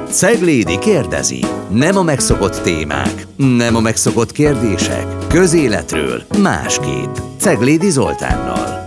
Ceglédi kérdezi. Nem a megszokott témák, nem a megszokott kérdések. Közéletről másképp. Ceglédi Zoltánnal.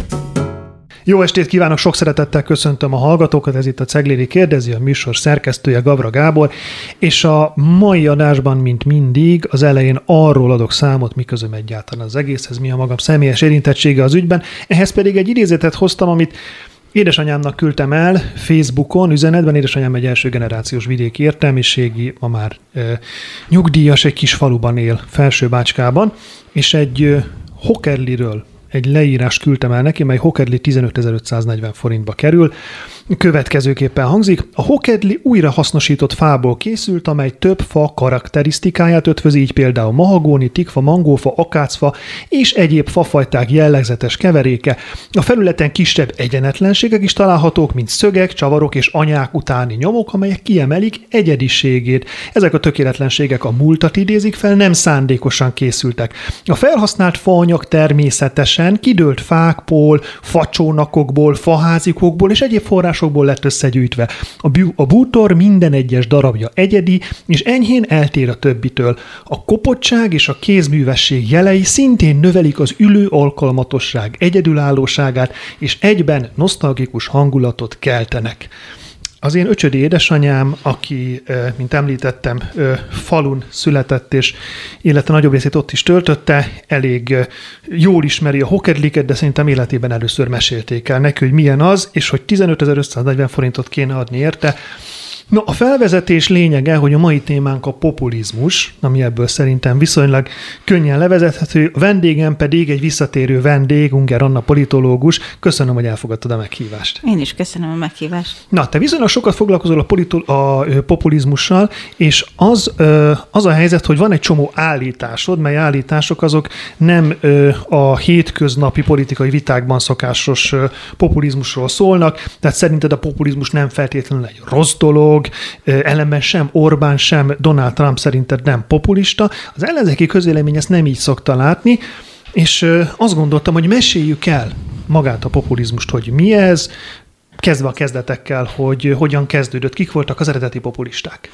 Jó estét kívánok, sok szeretettel köszöntöm a hallgatókat, ez itt a Ceglédi kérdezi, a műsor szerkesztője Gavra Gábor, és a mai adásban, mint mindig, az elején arról adok számot, mi közöm egyáltalán az egészhez, mi a magam személyes érintettsége az ügyben. Ehhez pedig egy idézetet hoztam, amit édesanyámnak küldtem el Facebookon, üzenetben. Édesanyám egy első generációs vidéki értelmiségi, ma már nyugdíjas, egy kis faluban él, Felső-Bácskában, és egy Hockerliről egy leírást küldtem el neki, mely Hockerli 15.540 forintba kerül. Következőképpen hangzik: a Hockerli újrahasznosított fából készült, amely több fa karakterisztikáját ötvözi, így például mahagóni, tikfa, mangófa, akácfa és egyéb fafajták jellegzetes keveréke. A felületen kisebb egyenetlenségek is találhatók, mint szögek, csavarok és anyák utáni nyomok, amelyek kiemelik egyediségét. Ezek a tökéletlenségek a múltat idézik fel, nem szándékosan készültek. A felhasznált faanyag természetesen kidőlt fákból, facsónakokból, faházikokból és egyéb forrásokból lett összegyűjtve. A bútor minden egyes darabja egyedi, és enyhén eltér a többitől. A kopottság és a kézművesség jelei szintén növelik az ülő alkalmatosság egyedülállóságát, és egyben nosztalgikus hangulatot keltenek. Az én öcsödi édesanyám, aki, mint említettem, falun született, és élete nagyobb részét ott is töltötte, elég jól ismeri a Hockerliket, de szerintem életében először mesélték el neki, hogy milyen az, és hogy 15.540 forintot kéne adni érte. No, a felvezetés lényege, hogy a mai témánk a populizmus, ami ebből szerintem viszonylag könnyen levezethető, a vendégem pedig egy visszatérő vendég, Unger Anna politológus. Köszönöm, hogy elfogadtad a meghívást. Én is köszönöm a meghívást. Na, te viszonylag sokat foglalkozol a populizmussal, és az a helyzet, hogy van egy csomó állításod, mely állítások azok nem a hétköznapi politikai vitákban szokásos populizmusról szólnak, tehát szerinted a populizmus nem feltétlenül egy rossz dolog, ellenben sem Orbán, sem Donald Trump szerinted nem populista. Az ellenzéki közvélemény ezt nem így szokta látni, és azt gondoltam, hogy meséljük el magát a populizmust, hogy mi ez, kezdve a kezdetekkel, hogy hogyan kezdődött, kik voltak az eredeti populisták.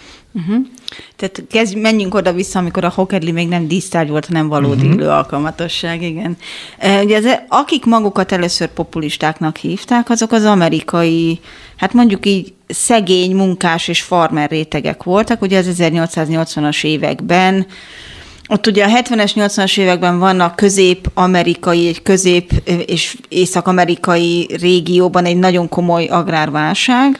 Tehát menjünk oda-vissza, amikor a Hockerli még nem dísztárgy volt, hanem valódi ülő alkalmatosság, igen. Ugye akik magukat először populistáknak hívták, azok az amerikai, hát mondjuk így szegény, munkás és farmer rétegek voltak, ugye az 1880-as években. Ott ugye a 70-es, 80-as években vannak közép-amerikai, egy közép- és észak-amerikai régióban egy nagyon komoly agrárválság.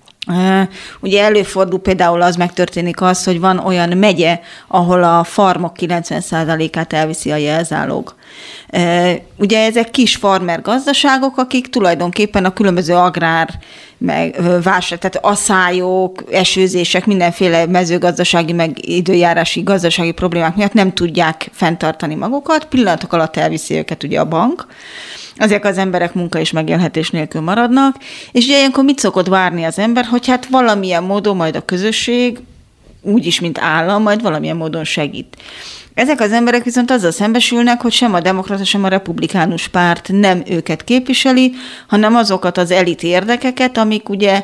Ugye előfordul például az, megtörténik az, hogy van olyan megye, ahol a farmok 90%-át elviszi a jelzálog. Ugye ezek kis farmer gazdaságok, akik tulajdonképpen a különböző agrár válság, tehát aszályok, esőzések, mindenféle mezőgazdasági, meg időjárási gazdasági problémák miatt nem tudják fenntartani magukat, pillanatok alatt elviszi őket ugye a bank. Ezek az emberek munka és megélhetés nélkül maradnak, és ugye ilyenkor mit szokott várni az ember, hogy hát valamilyen módon majd a közösség, úgyis, mint állam, majd valamilyen módon segít. Ezek az emberek viszont azzal szembesülnek, hogy sem a demokrata, sem a republikánus párt nem őket képviseli, hanem azokat az elit érdekeket, amik ugye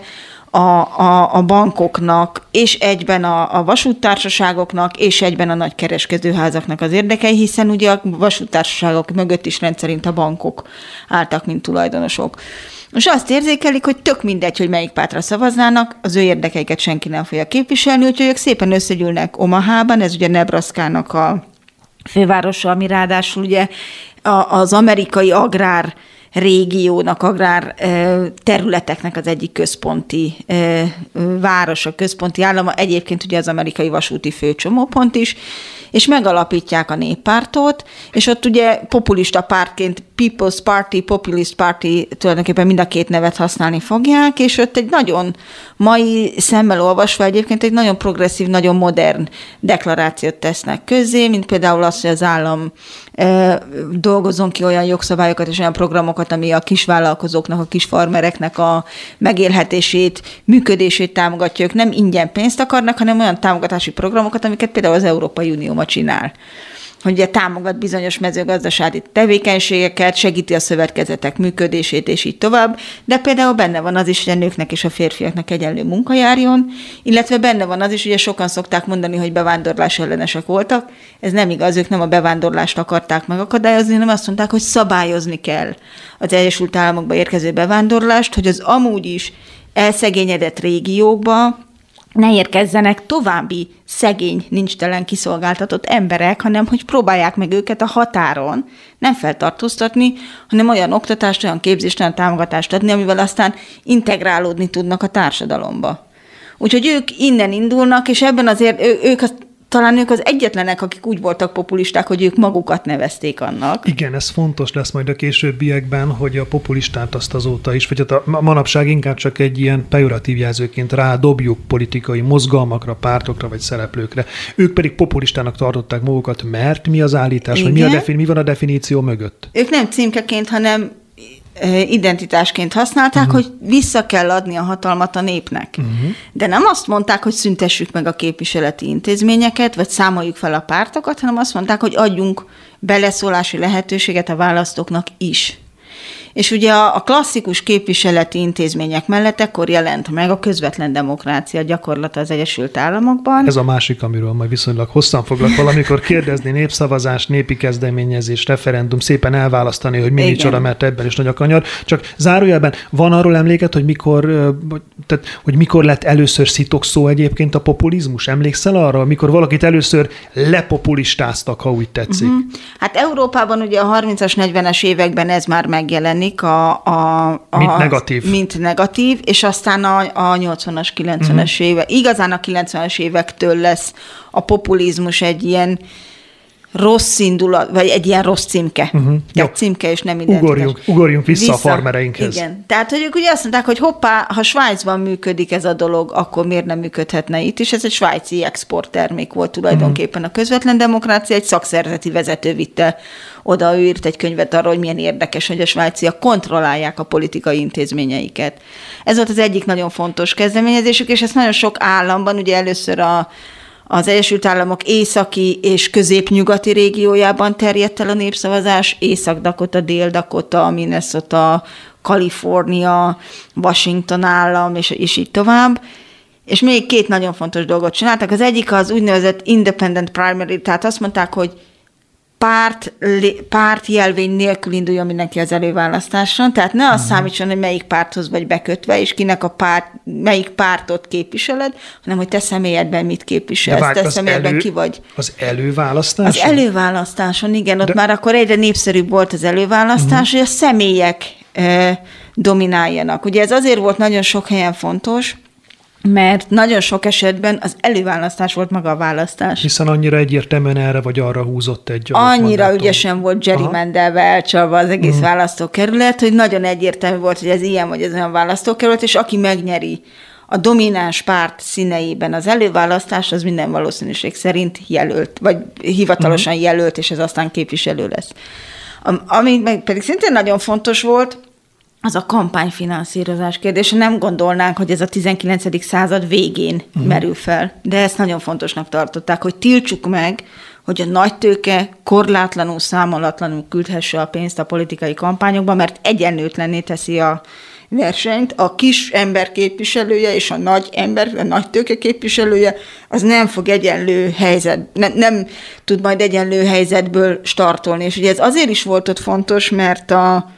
a bankoknak, és egyben a vasúttársaságoknak, és egyben a nagy kereskedőházaknak az érdekei, hiszen ugye a vasúttársaságok mögött is rendszerint a bankok álltak, mint tulajdonosok. És azt érzékelik, hogy tök mindegy, hogy melyik pártra szavaznának, az ő érdekeiket senki nem fogja képviselni, úgyhogy ők szépen összegyűlnek Omahában, ez ugye Nebraskának a fővárosa, ami ráadásul ugye az amerikai agrár régiónak, agrár területeknek az egyik központi városa, központi állama, egyébként ugye az amerikai vasúti főcsomópont is, és megalapítják a Néppártot, és ott ugye populista pártként People's Party, Populist Party, tulajdonképpen mind a két nevet használni fogják, és ott egy nagyon mai szemmel olvasva egyébként egy nagyon progresszív, nagyon modern deklarációt tesznek közzé, mint például az, hogy az állam dolgozzon ki olyan jogszabályokat és olyan programokat, ami a kisvállalkozóknak, a kisfarmereknek a megélhetését, működését támogatja. Ők nem ingyen pénzt akarnak, hanem olyan támogatási programokat, amiket például az Európai Unió ma csinál. hogy támogat bizonyos mezőgazdasági tevékenységeket, segíti a szövetkezetek működését, és így tovább, de például benne van az is, hogy a nőknek és a férfiaknak egyenlő munka járjon, illetve benne van az is, ugye sokan szokták mondani, hogy bevándorlás ellenesek voltak. Ez nem igaz, ők nem a bevándorlást akarták megakadályozni, hanem azt mondták, hogy szabályozni kell az Egyesült Államokba érkező bevándorlást, hogy az amúgy is elszegényedett régiókba ne érkezzenek további szegény, nincstelen kiszolgáltatott emberek, hanem hogy próbálják meg őket a határon nem feltartóztatni, hanem olyan oktatást, olyan képzést, olyan támogatást adni, amivel aztán integrálódni tudnak a társadalomba. Úgyhogy ők innen indulnak, és ebben azért talán ők az egyetlenek, akik úgy voltak populisták, hogy ők magukat nevezték annak. Igen, ez fontos lesz majd a későbbiekben, hogy a populistát azt azóta is, vagy a manapság inkább csak egy ilyen pejoratív jelzőként rádobjuk politikai mozgalmakra, pártokra vagy szereplőkre. Ők pedig populistának tartották magukat, mert mi az állítás, vagy mi van a definíció mögött? Ők nem címkeként, hanem identitásként használták, hogy vissza kell adni a hatalmat a népnek. De nem azt mondták, hogy szüntessük meg a képviseleti intézményeket, vagy számoljuk fel a pártokat, hanem azt mondták, hogy adjunk beleszólási lehetőséget a választóknak is. És ugye a klasszikus képviseleti intézmények mellett ekkor jelent meg a közvetlen demokrácia gyakorlata az Egyesült Államokban. Ez a másik, amiről majd viszonylag hosszan foglak valamikor kérdezni, népszavazás, népi kezdeményezés, referendum, szépen elválasztani, hogy mi micsoda, mert ebben is nagy a kanyar. Csak zárójelben van arról emléket, hogy mikor lett először szitokszó egyébként a populizmus? Emlékszel arra, mikor valakit először lepopulistáztak, ha úgy tetszik? Hát Európában ugye a 30-as, 40-es években ez már megjelenik, mint negatív, és aztán a 80-as, 90-es évek, igazán a 90-es évektől lesz a populizmus egy ilyen rossz indulat, vagy egy ilyen rossz címke. Tehát címke és nem identitás. Ugorjunk vissza a farmereinkhez. Igen. Tehát, hogy ők ugye azt mondták, hogy hoppá, ha Svájcban működik ez a dolog, akkor miért nem működhetne itt? És ez egy svájci exporttermék volt tulajdonképpen a közvetlen demokrácia, egy szakszervezeti vezető vitte oda, ő írt egy könyvet arról, hogy milyen érdekes, hogy a svájciak kontrollálják a politikai intézményeiket. Ez volt az egyik nagyon fontos kezdeményezésük, és ezt nagyon sok államban, ugye először az Egyesült Államok északi és középnyugati régiójában terjedt el a népszavazás, Észak-Dakota, Dél-Dakota, Minnesota, Kalifornia, Washington állam, és így tovább. És még két nagyon fontos dolgot csináltak. Az egyik az úgynevezett independent primary, tehát azt mondták, hogy párt jelvény nélkül induljon mindenki az előválasztáson, tehát ne az számítson, hogy melyik párthoz vagy bekötve, és kinek melyik pártot képviseled, hanem hogy te személyedben mit képviselsz, te személyedben ki vagy. Az előválasztáson? Az előválasztáson, igen, ott már akkor egyre népszerűbb volt az előválasztás, hogy a személyek domináljanak. Ugye ez azért volt nagyon sok helyen fontos, mert nagyon sok esetben az előválasztás volt maga a választás. Hiszen annyira egyértelműen erre vagy arra húzott egy annyira mandátum. Ügyesen volt gerrymandelve, elcsalva az egész választókerület, hogy nagyon egyértelmű volt, hogy ez ilyen vagy ez olyan választókerület, és aki megnyeri a domináns párt színeiben az előválasztás, az minden valószínűség szerint jelölt, vagy hivatalosan jelölt, és ez aztán képviselő lesz. Ami pedig szintén nagyon fontos volt, az a kampányfinanszírozás kérdése. Nem gondolnánk, hogy ez a 19. század végén merül fel, de ezt nagyon fontosnak tartották, hogy tiltsuk meg, hogy a nagytőke korlátlanul, számolatlanul küldhesse a pénzt a politikai kampányokba, mert egyenlőtlenné teszi a versenyt. A kis ember képviselője és a nagy tőke képviselője, az nem fog egyenlő helyzet, nem tud majd egyenlő helyzetből startolni. És ugye ez azért is volt ott fontos, mert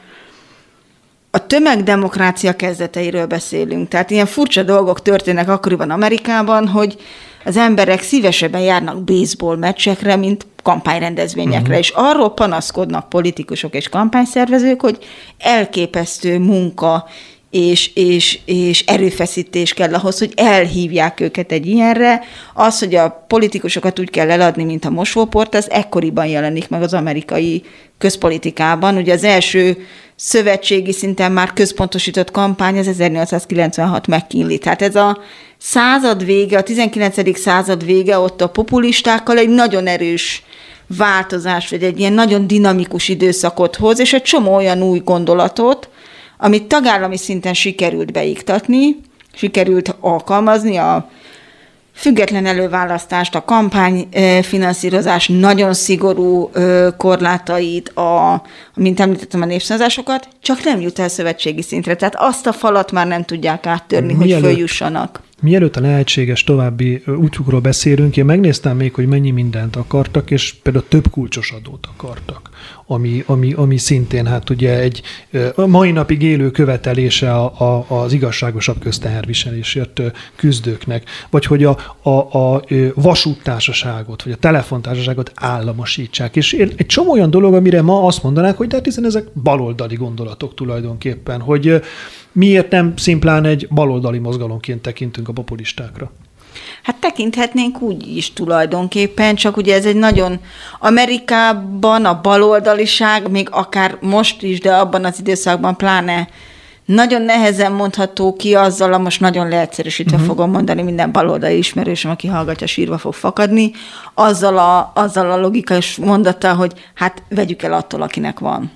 a tömegdemokrácia kezdeteiről beszélünk. Tehát ilyen furcsa dolgok történnek akkoriban Amerikában, hogy az emberek szívesebben járnak baseball meccsekre, mint kampányrendezvényekre, és arról panaszkodnak politikusok és kampányszervezők, hogy elképesztő munka és erőfeszítés kell ahhoz, hogy elhívják őket egy ilyenre. Az, hogy a politikusokat úgy kell eladni, mint a mosóport, az ekkoriban jelenik meg az amerikai közpolitikában. Ugye az első szövetségi szinten már központosított kampány az 1896 McKinley. Tehát ez a század vége, a 19. század vége, ott a populistákkal egy nagyon erős változás, vagy egy ilyen nagyon dinamikus időszakot hoz, és egy csomó olyan új gondolatot, amit tagállami szinten sikerült beiktatni, sikerült alkalmazni a független előválasztást, a kampányfinanszírozás nagyon szigorú korlátait, mint említettem, a népszavazásokat, csak nem jut el szövetségi szintre. Tehát azt a falat már nem tudják áttörni, hogy följussanak. Mielőtt a lehetséges további útjukról beszélünk, én megnéztem még, hogy mennyi mindent akartak, és például több kulcsos adót akartak, ami szintén hát ugye egy mai napig élő követelése az igazságosabb közteherviselésért küzdőknek, vagy hogy a vasúttársaságot, vagy a telefontársaságot államosítsák. És egy csomó olyan dolog, amire ma azt mondanák, hogy de hát hiszen ezek baloldali gondolatok tulajdonképpen, hogy miért nem szimplán egy baloldali mozgalomként tekintünk a populistákra? Hát tekinthetnénk úgy is tulajdonképpen, csak ugye ez egy nagyon Amerikában a baloldaliság, még akár most is, de abban az időszakban pláne nagyon nehezen mondható ki azzal, most nagyon leegyszerűsítve fogom mondani, minden baloldali ismerősöm, aki hallgatja, sírva fog fakadni, azzal a logikai mondattal, hogy hát vegyük el attól, akinek van.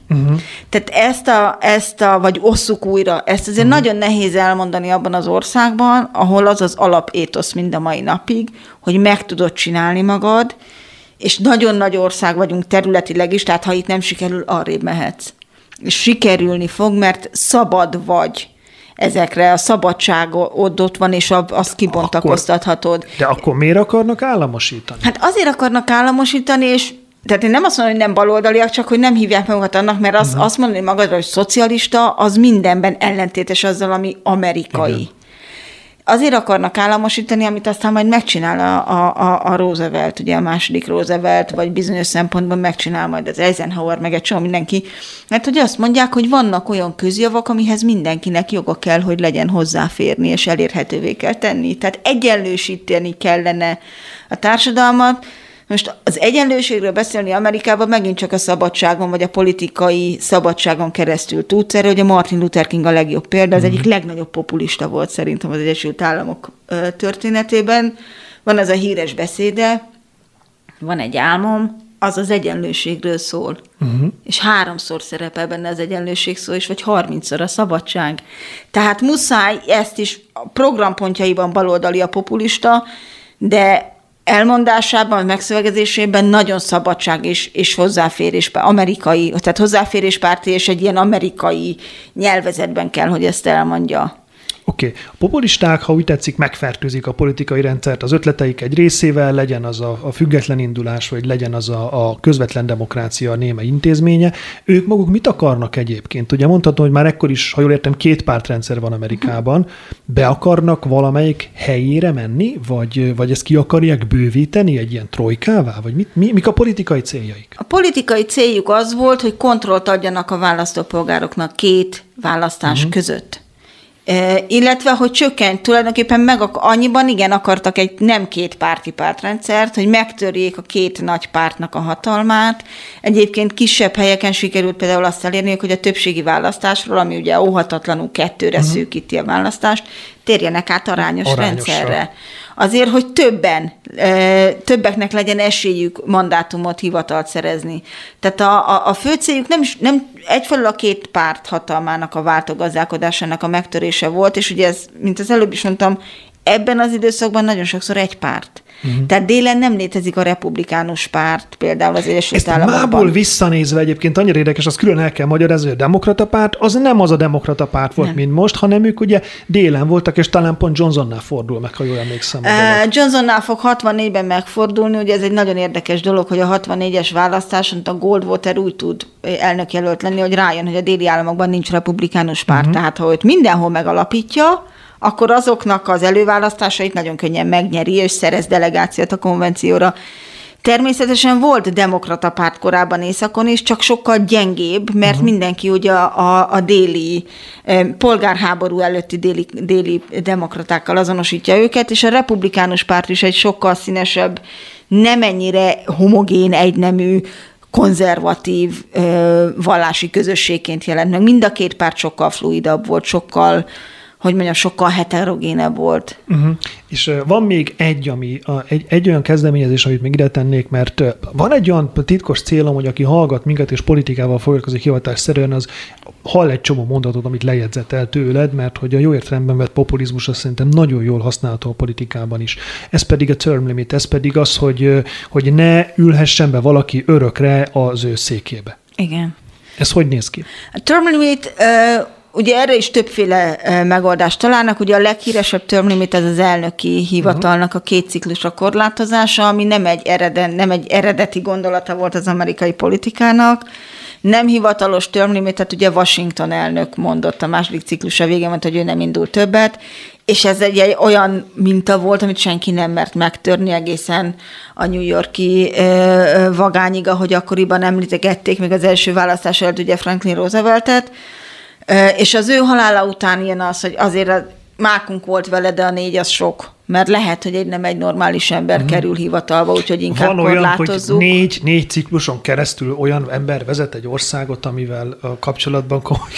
Tehát vagy osszuk újra, ezt azért nagyon nehéz elmondani abban az országban, ahol az alapétosz mind a mai napig, hogy meg tudod csinálni magad, és nagyon nagy ország vagyunk területileg is, tehát ha itt nem sikerül, arrébb mehetsz. És sikerülni fog, mert szabad vagy ezekre, a szabadság ott van, és azt kibontakoztathatod. De akkor miért akarnak államosítani? Hát azért akarnak államosítani, és tehát én nem azt mondom, hogy nem baloldaliak, csak hogy nem hívják magukat annak, mert azt mondani magadra, hogy szocialista, az mindenben ellentétes azzal, ami amerikai. Igen. Azért akarnak államosítani, amit aztán majd megcsinál a Roosevelt, ugye a második Roosevelt, vagy bizonyos szempontból megcsinál majd az Eisenhower, meg egy csomó mindenki. Mert hogy azt mondják, hogy vannak olyan közjavak, amihez mindenkinek joga kell, hogy legyen hozzáférni, és elérhetővé kell tenni. Tehát egyenlősíteni kellene a társadalmat. Most az egyenlőségről beszélni Amerikában megint csak a szabadságon, vagy a politikai szabadságon keresztül tudsz. Erre, hogy a Martin Luther King a legjobb példa, az egyik legnagyobb populista volt szerintem az Egyesült Államok történetében. Van az a híres beszéde, van egy álmom, az az egyenlőségről szól. És 3-szor szerepel benne az egyenlőség szó, és vagy 30-szor a szabadság. Tehát muszáj ezt is a programpontjaiban baloldali a populista, de elmondásában, megszövegezésében nagyon szabadság és hozzáférés, amerikai, tehát hozzáféréspárti és egy ilyen amerikai nyelvezetben kell, hogy ezt elmondja. Oké. A populisták, ha úgy tetszik, megfertőzik a politikai rendszert az ötleteik egy részével, legyen az a független indulás, vagy legyen az a közvetlen demokrácia a néme intézménye. Ők maguk mit akarnak egyébként? Ugye mondhatom, hogy már ekkor is, ha jól értem, 2 pártrendszer van Amerikában. Be akarnak valamelyik helyére menni, vagy ezt ki akarják bővíteni egy ilyen trojkává? Vagy mik a politikai céljaik? A politikai céljuk az volt, hogy kontrollt adjanak a választópolgároknak 2 választás között. Illetve, hogy csökkent tulajdonképpen annyiban igen akartak egy nem 2 párti pártrendszert, hogy megtörjék a 2 nagy pártnak a hatalmát. Egyébként kisebb helyeken sikerült például azt elérniük, hogy a többségi választásról, ami ugye óhatatlanul 2-re szűkíti a választást, térjenek át arányos rendszerre. Azért, hogy többeknek legyen esélyük mandátumot, hivatalt szerezni. Tehát a fő céljuk nem egyfelől a 2 párt hatalmának a váltogazdálkodásának a megtörése volt, és ugye ez, mint az előbb is mondtam, ebben az időszakban nagyon sokszor egy párt. Tehát délen nem létezik a republikánus párt, például az Egyesült Államokban. Ezt mából visszanézve egyébként annyira érdekes, azt külön el kell magyarázni, hogy a demokrata párt az nem az a demokrata párt volt, mint most, hanem ők ugye délen voltak, és talán pont Johnsonnál fordul meg, ha jól emlékszem. Johnsonnál fog 64-ben megfordulni, ugye ez egy nagyon érdekes dolog, hogy a 64-es választáson a Goldwater úgy tud elnökjelölt lenni, hogy rájön, hogy a déli államokban nincs republikánus párt, tehát ha őt mindenhol megalapítja, akkor azoknak az előválasztásait nagyon könnyen megnyeri, és szerez delegációt a konvencióra. Természetesen volt demokrata párt korábban északon is, csak sokkal gyengébb, mert mindenki ugye a déli polgárháború előtti déli demokratákkal azonosítja őket, és a republikánus párt is egy sokkal színesebb, nem ennyire homogén, egynemű, konzervatív vallási közösségként jelent meg. Mind a 2 párt sokkal fluidabb volt, sokkal heterogénebb volt. És van még egy olyan kezdeményezés, amit még ide tennék, mert van egy olyan titkos célom, hogy aki hallgat minket és politikával foglalkozik hivatásszerűen, az hall egy csomó mondatot, amit lejegyzett el tőled, mert hogy a jó értelemben vett populizmus azt szerintem nagyon jól használható a politikában is. Ez pedig a term limit, ez pedig az, hogy ne ülhessen be valaki örökre az ő székébe. Igen. Ez hogy néz ki? A term limit, ugye erre is többféle megoldást találnak. Ugye a leghíresebb term limit az elnöki hivatalnak a 2 ciklusra korlátozása, ami nem egy eredeti gondolata volt az amerikai politikának. Nem hivatalos term limitet ugye Washington elnök mondott a második ciklusa végén, mondta, hogy ő nem indul többet, és ez egy olyan minta volt, amit senki nem mert megtörni egészen a New York-i vagányig, ahogy akkoriban említették még az első választás előtt ugye Franklin Rooseveltet, és az ő halála után ilyen az, hogy azért a mákunk volt vele, de a 4 az sok, mert lehet, hogy nem egy normális ember kerül hivatalba, úgyhogy inkább van olyan, korlátozzuk. Hogy 4 cikluson keresztül olyan ember vezet egy országot, amivel kapcsolatban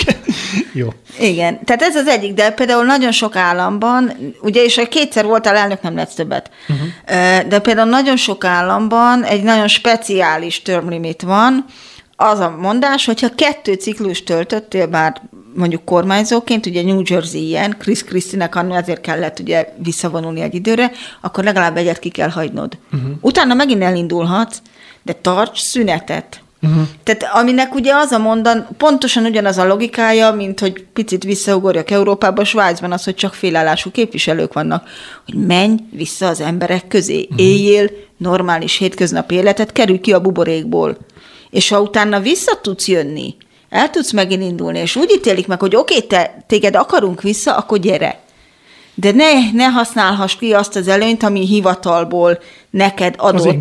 jó. Igen, tehát ez az egyik, de például nagyon sok államban, ugye, és ha 2-szer voltál elnök, nem lehetsz többet, de például nagyon sok államban egy nagyon speciális term limit van, az a mondás, hogyha 2 ciklust töltöttél, bár mondjuk kormányzóként, ugye New Jersey ilyen, Chris Christie-nek annól ezért kellett ugye visszavonulni egy időre, akkor legalább egyet ki kell hagynod. Utána megint elindulhatsz, de tarts szünetet. Tehát aminek ugye az a mondan, pontosan ugyanaz a logikája, mint hogy picit visszaugorjak Európába, Svájcban az, hogy csak félállású képviselők vannak, hogy menj vissza az emberek közé, éljél normális hétköznapi életet, kerülj ki a buborékból. És ha utána vissza tudsz jönni, el tudsz megint indulni, és úgy ítélik meg, hogy oké, téged akarunk vissza, akkor gyere. De ne használhass ki azt az előnyt, ami hivatalból neked adott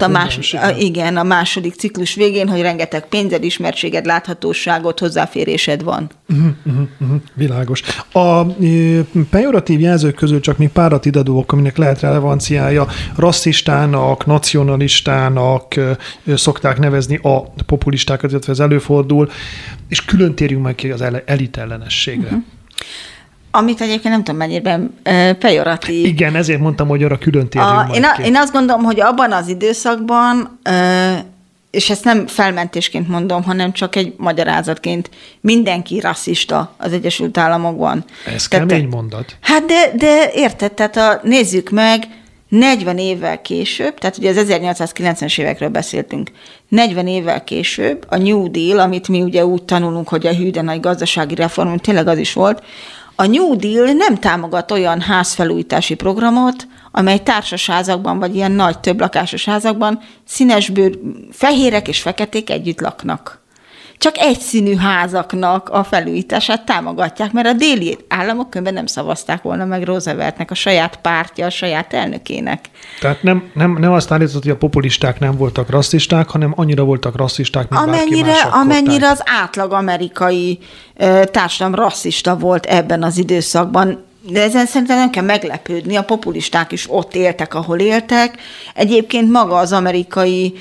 a második ciklus végén, hogy rengeteg pénzed, ismertséged, láthatóságod, hozzáférésed van. Világos. A pejoratív jelzők közül csak még párat ide dobok, aminek lehet relevanciája. Rasszistának, nacionalistának szokták nevezni a populistákat, illetve ez előfordul, és külön térjünk meg ki az elitellenességre. Amit egyébként nem tudom mennyiben pejoratív. Igen, ezért mondtam, hogy arra külön térjünk majd ki. Én azt gondolom, hogy abban az időszakban, és ezt nem felmentésként mondom, hanem csak egy magyarázatként, mindenki rasszista az Egyesült Államokban. Ez kemény mondat. Hát de érted, tehát nézzük meg, 40 évvel később, tehát ugye az 1890-es évekről beszéltünk, 40 évvel később a New Deal, amit mi ugye úgy tanulunk, hogy a hű de nagy gazdasági reform, tényleg az is volt, a New Deal nem támogat olyan házfelújítási programot, amely társasházakban, vagy ilyen nagy többlakásos házakban színesbőr, fehérek és feketék együtt laknak. Csak egyszínű házaknak a felújítását támogatják, mert a déli államok különben nem szavazták volna meg Rooseveltnek, a saját pártja, a saját elnökének. Tehát nem azt állított, hogy a populisták nem voltak rasszisták, hanem annyira voltak rasszisták, mint bárki más. Amennyire az átlag amerikai társadalom rasszista volt ebben az időszakban. De ezen szerintem nem kell meglepődni, a populisták is ott éltek, ahol éltek. Egyébként maga az amerikai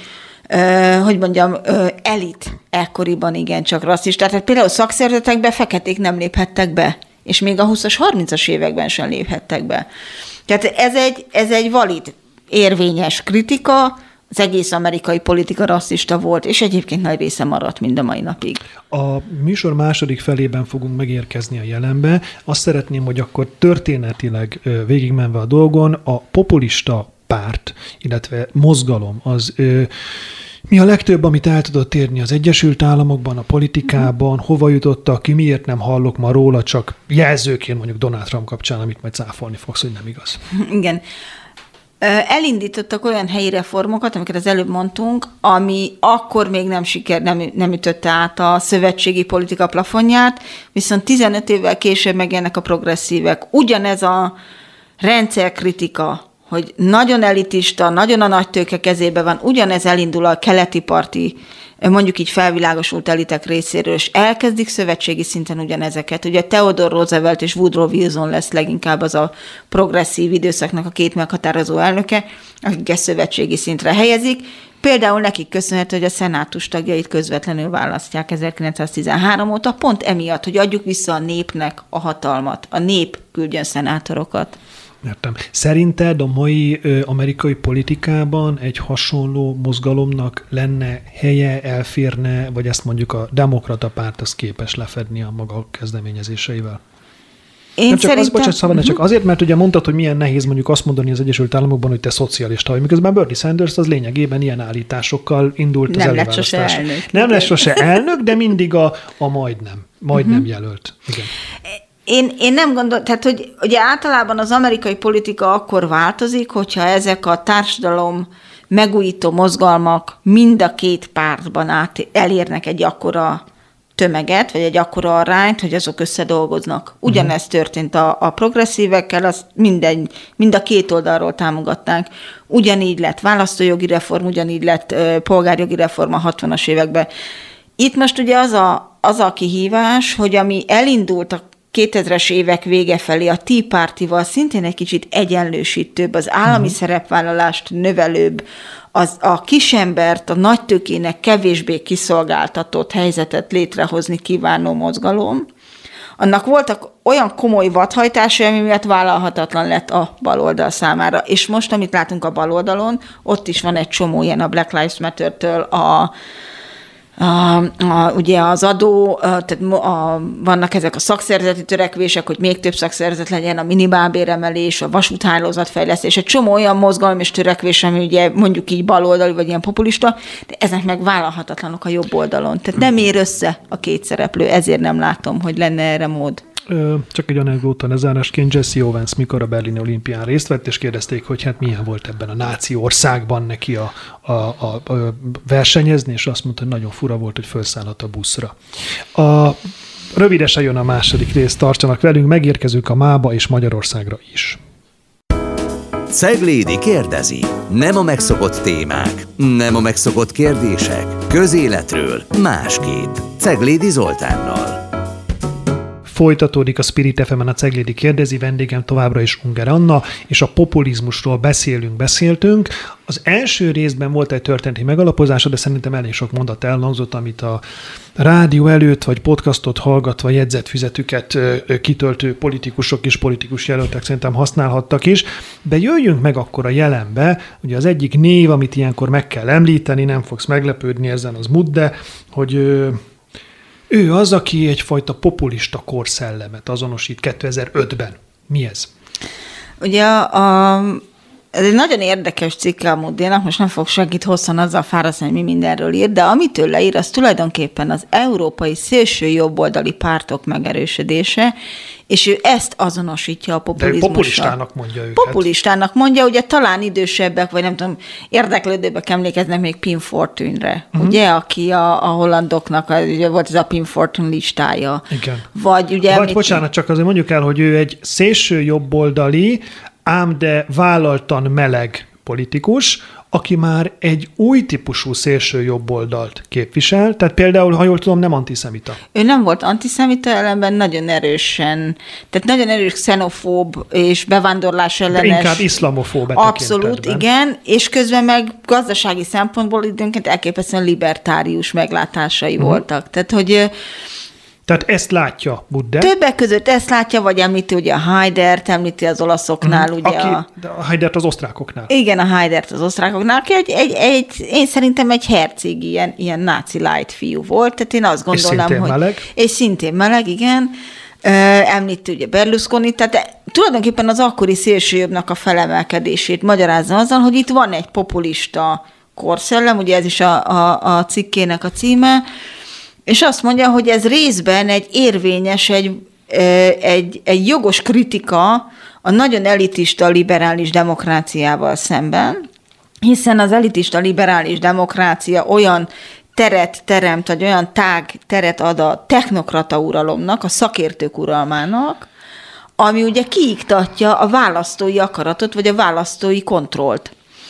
elit ekkoriban igencsak rasszista. Tehát például szakszervezetekbe feketék nem léphettek be, és még a 20-as, 30-as években sem léphettek be. Tehát ez egy valid, érvényes kritika, az egész amerikai politika rasszista volt, és egyébként nagy része maradt mind a mai napig. A műsor második felében fogunk megérkezni a jelenbe. Azt szeretném, hogy akkor történetileg végigmenve a dolgon, a populista párt, illetve mozgalom, az mi a legtöbb, amit el tudott érni az Egyesült Államokban, a politikában, hova jutottak ki, miért nem hallok ma róla, csak jelzőként mondjuk Donald Trump kapcsán, amit majd cáfolni fogsz, hogy nem igaz. Igen. Elindítottak olyan helyi reformokat, amiket az előbb mondtunk, ami akkor még nem ütötte át a szövetségi politika plafonját, viszont 15 évvel később megjelennek a progresszívek. Ugyanez a rendszerkritika, hogy nagyon elitista, nagyon a nagy tőke kezébe van, ugyanez elindul a keleti parti, mondjuk így felvilágosult elitek részéről, és elkezdik szövetségi szinten ugyanezeket. Ugye Theodore Roosevelt és Woodrow Wilson lesz leginkább az a progresszív időszaknak a 2 meghatározó elnöke, akik ezt szövetségi szintre helyezik. Például nekik köszönhető, hogy a szenátus tagjait közvetlenül választják 1913 óta, pont emiatt, hogy adjuk vissza a népnek a hatalmat. A nép küldjön szenátorokat. Értem. Szerinted a mai amerikai politikában egy hasonló mozgalomnak lenne helye, elférne, vagy ezt mondjuk a demokrata párt az képes lefedni a maga kezdeményezéseivel? Én szerintem... Csak azért, mert ugye mondtad, hogy milyen nehéz mondjuk azt mondani az Egyesült Államokban, hogy te szocialista vagy, miközben Bernie Sanders az lényegében ilyen állításokkal indult az előválasztás. Nem lett sose elnök, de mindig a majdnem jelölt. Igen. Én nem gondolom, tehát hogy ugye általában az amerikai politika akkor változik, hogyha ezek a társadalom megújító mozgalmak mind a két pártban elérnek egy akkora tömeget, vagy egy akkora arányt, hogy azok összedolgoznak. Ugyanezt történt a progresszívekkel, azt mind a két oldalról támogatták. Ugyanígy lett választójogi reform, ugyanígy lett polgárjogi reform a 60-as években. Itt most ugye az a kihívás, hogy ami elindult a 2000-es évek vége felé a Tea Party-val szintén egy kicsit egyenlősítőbb, az állami szerepvállalást növelőbb, a kisembert, a nagytőkének kevésbé kiszolgáltatott helyzetet létrehozni kívánó mozgalom, annak voltak olyan komoly vadhajtásai, ami miatt vállalhatatlan lett a baloldal számára. És most, amit látunk a baloldalon, ott is van egy csomó ilyen a Black Lives Matter-től ugye az adó, tehát vannak ezek a szakszervezeti törekvések, hogy még több szakszervezet legyen, a minimálbéremelés, a vasúthálózat fejlesztés, egy csomó olyan mozgalom és törekvés, ami ugye mondjuk így baloldali, vagy ilyen populista, de ezek meg vállalhatatlanok a jobb oldalon. Tehát nem ér össze a két szereplő, ezért nem látom, hogy lenne erre mód. Csak egy anekdóta lezárásként, Jesse Owens mikor a berlini olimpián részt vett, és kérdezték, hogy hát milyen volt ebben a náci országban neki a versenyezni, és azt mondta, hogy nagyon fura volt, hogy felszállhat a buszra. Rövidesen jön a második rész, tartsanak velünk, megérkezünk a Mába és Magyarországra is. Ceglédi kérdezi. Nem a megszokott témák, nem a megszokott kérdések, közéletről másképp. Ceglédi Zoltánnal. Folytatódik a Spirit FM-en a Ceglédi kérdezi, vendégem továbbra is Unger Anna, és a populizmusról beszéltünk. Az első részben volt egy történeti megalapozása, de szerintem elég sok mondat elhangzott, amit a rádió előtt, vagy podcastot hallgatva jegyzetfüzetüket kitöltő politikusok és politikus jelöltek szerintem használhattak is. De jöjjünk meg akkor a jelenbe. Ugye az egyik név, amit ilyenkor meg kell említeni, nem fogsz meglepődni ezen, az Mudde, hogy ő az, aki egyfajta populista korszellemet azonosít 2005-ben. Mi ez? Ugye ez egy nagyon érdekes cikke a Muddénak, most nem fog segít hosszan azzal fárasztani, hogy mi mindenről ír, de amitől leír, az tulajdonképpen az európai szélső jobboldali pártok megerősödése, és ő ezt azonosítja a populizmussal. De populistának mondja őket. Populistának mondja, ugye talán idősebbek, vagy nem tudom, érdeklődőbbek emlékeznek még Pim Fortuynre, ugye, aki a hollandoknak, ugye volt ez a Pim Fortuyn listája. Igen. Vagy bocsánat, csak azért mondjuk el, hogy ő egy szélső jobboldali, ám de vállaltan meleg politikus, aki már egy új típusú szélső jobboldalt képvisel, tehát például, ha jól tudom, nem antiszemita. Ő nem volt antiszemita, ellenben nagyon erősen, tehát nagyon erős xenofób és bevándorlás ellenes. De inkább iszlamofób. Abszolút, igen, és közben meg gazdasági szempontból időnként elképesztően libertárius meglátásai voltak. Tehát ezt látja Budde. Többek között ezt látja, vagy említi ugye a Haidert, említi az olaszoknál. Ugye a Haidert az osztrákoknál. Igen, a Haidert az osztrákoknál, aki én szerintem egy herceg, ilyen náci light fiú volt, tehát én azt gondolom, hogy... meleg. És szintén meleg, igen. Említi ugye Berlusconi, tehát tulajdonképpen az akkori szélsőjobbnak a felemelkedését magyarázza azzal, hogy itt van egy populista korszellem, ugye ez is a cikkének a címe, és azt mondja, hogy ez részben egy érvényes, egy jogos kritika a nagyon elitista liberális demokráciával szemben, hiszen az elitista liberális demokrácia olyan teret teremt, vagy olyan tág teret ad a technokrata uralomnak, a szakértők uralmának, ami ugye kiiktatja a választói akaratot, vagy a választói kontrollt.